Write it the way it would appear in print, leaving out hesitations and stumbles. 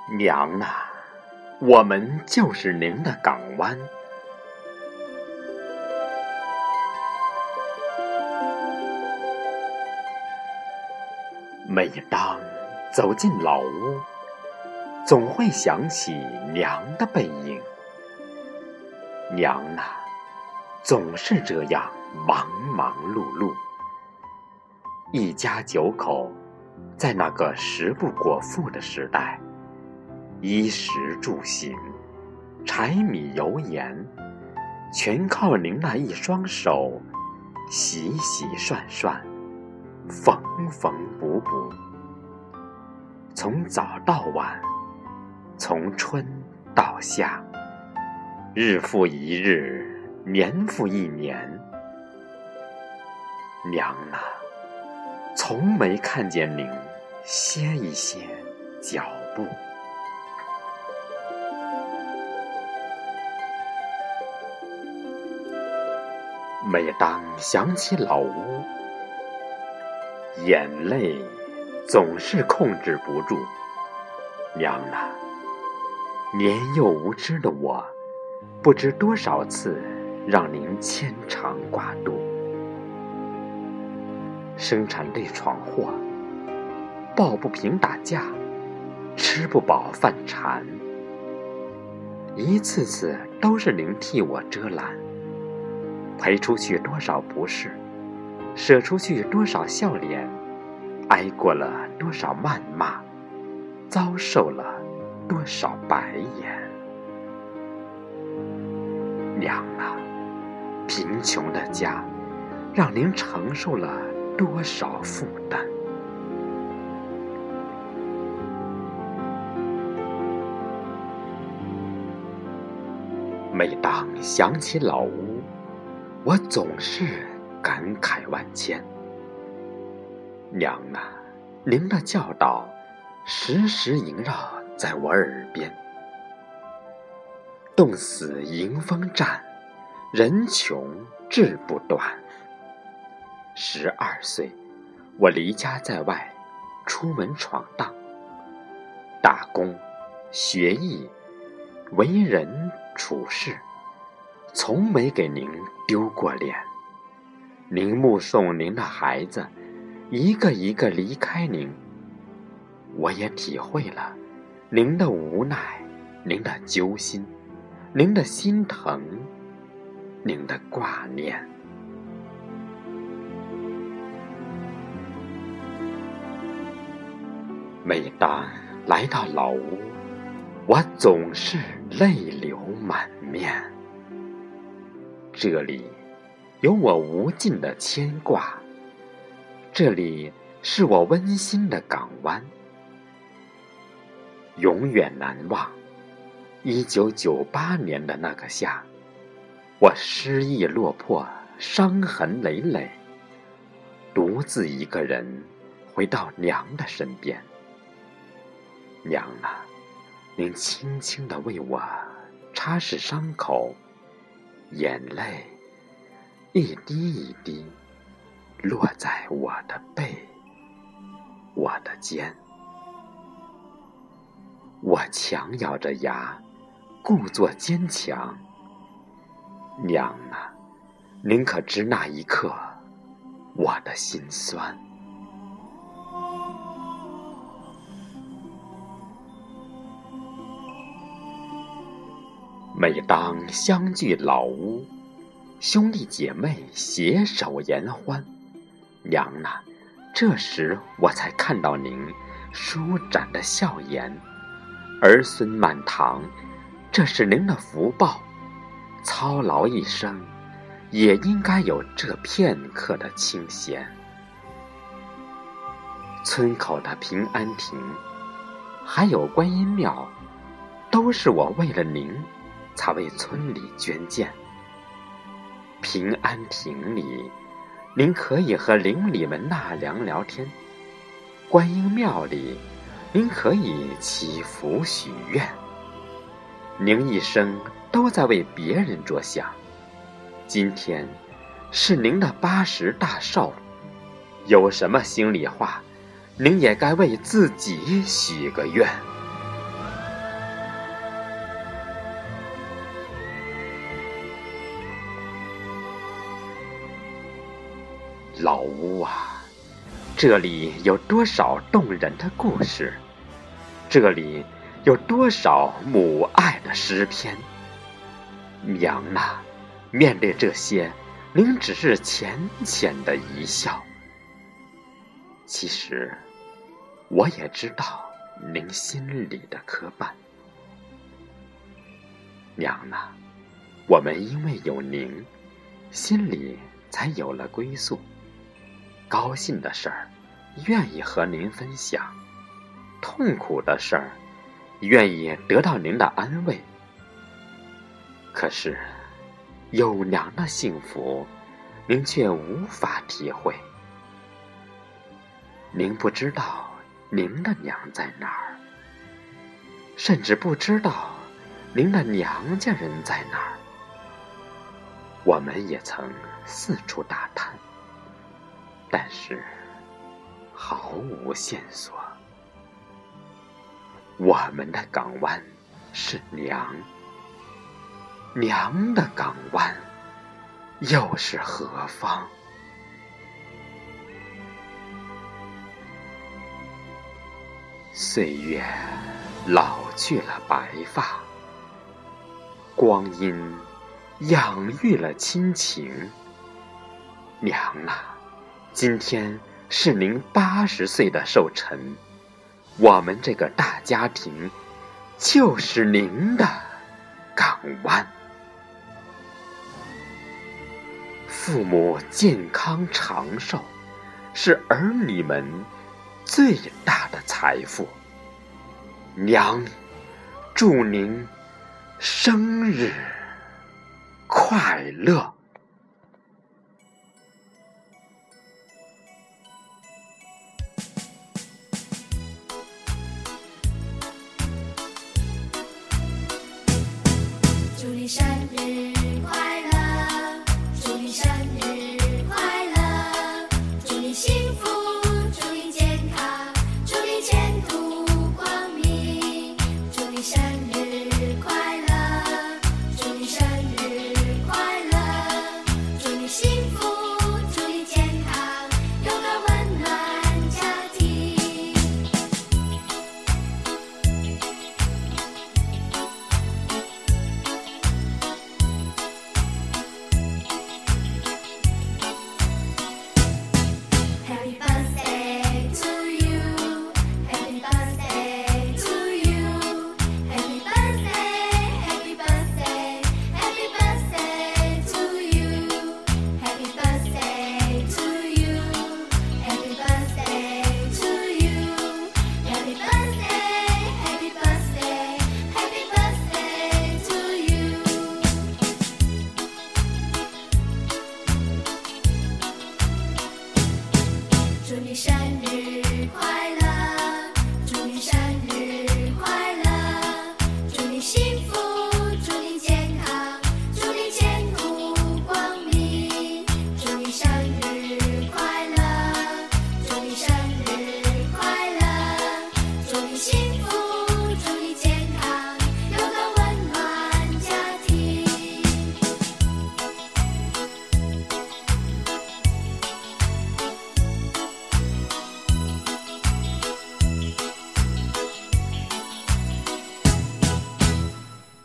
娘啊，我们就是您的港湾。每当走进老屋，总会想起娘的背影。娘啊，总是这样忙忙碌碌。一家9口，在那个食不果腹的时代，衣食住行、柴米油盐，全靠您那一双手，洗洗涮涮，缝缝补补。从早到晚，从春到夏，日复一日，年复一年。娘啊，从没看见您歇一歇脚步。每当想起老屋，眼泪总是控制不住。娘啊，年幼无知的我，不知多少次让您牵肠挂肚。生产队闯祸，抱不平打架，吃不饱饭馋，一次次都是您替我遮拦，赔出去多少不是，舍出去多少笑脸，挨过了多少谩骂，遭受了多少白眼。娘啊，贫穷的家让您承受了多少负担。每当想起老屋，我总是感慨万千。娘啊，您的教导时时萦绕在我耳边。冻死迎风站，人穷志不短。12岁，我离家在外，出门闯荡，打工、学艺、为人处事，从没给您丢过脸。您目送您的孩子一个一个离开您，我也体会了您的无奈，您的揪心，您的心疼，您的挂念。每当来到老屋，我总是泪流满面。这里有我无尽的牵挂，这里是我温馨的港湾。永远难忘1998年的那个夏，我失意落魄，伤痕累累，独自一个人回到娘的身边。娘啊，您轻轻地为我擦拭伤口，眼泪一滴一滴落在我的背，我的肩。我强咬着牙，故作坚强。娘啊，您可知那一刻我的心酸？每当相聚老屋，兄弟姐妹携手言欢。娘啊，这时我才看到您舒展的笑颜，儿孙满堂，这是您的福报。操劳一生，也应该有这片刻的清闲。村口的平安亭，还有观音庙，都是我为了您才为村里捐建。平安亭里，您可以和邻里们纳凉聊天；观音庙里，您可以祈福许愿。您一生都在为别人着想，今天是您的80大寿，有什么心里话，您也该为自己许个愿。 老屋啊，这里有多少动人的故事，这里有多少母爱的诗篇。娘啊，面对这些，您只是浅浅的一笑。其实我也知道您心里的磕绊。娘啊，我们因为有您，心里才有了归宿。高兴的事儿愿意和您分享，痛苦的事儿愿意得到您的安慰。可是有娘的幸福，您却无法体会。您不知道您的娘在哪儿，甚至不知道您的娘家人在哪儿。我们也曾四处打探，但是毫无线索。我们的港湾是娘，娘的港湾又是何方？岁月老去了白发，光阴养育了亲情。娘啊，今天是您80岁的寿辰，我们这个大家庭就是您的港湾。父母健康长寿，是儿女们最大的财富。娘，祝您生日快乐！ 祝你生日快乐，祝你生日快乐，祝你幸福，祝你健康，祝你前途光明，祝你生日快乐，祝你生日快乐，祝你幸福，祝你健康，有个温暖家庭。Happy birthday to you, happy birthday to you, happy birthday, happy birthday, happy birthday to you, happy birthday to you, happy birthday to you, happy birthday, happy birthday, happy birthday to you. 祝你生日快乐，祝你生日快乐，祝你幸福，祝你健康，祝你前途光明，祝你生日快乐，祝你生日快乐，祝你幸福。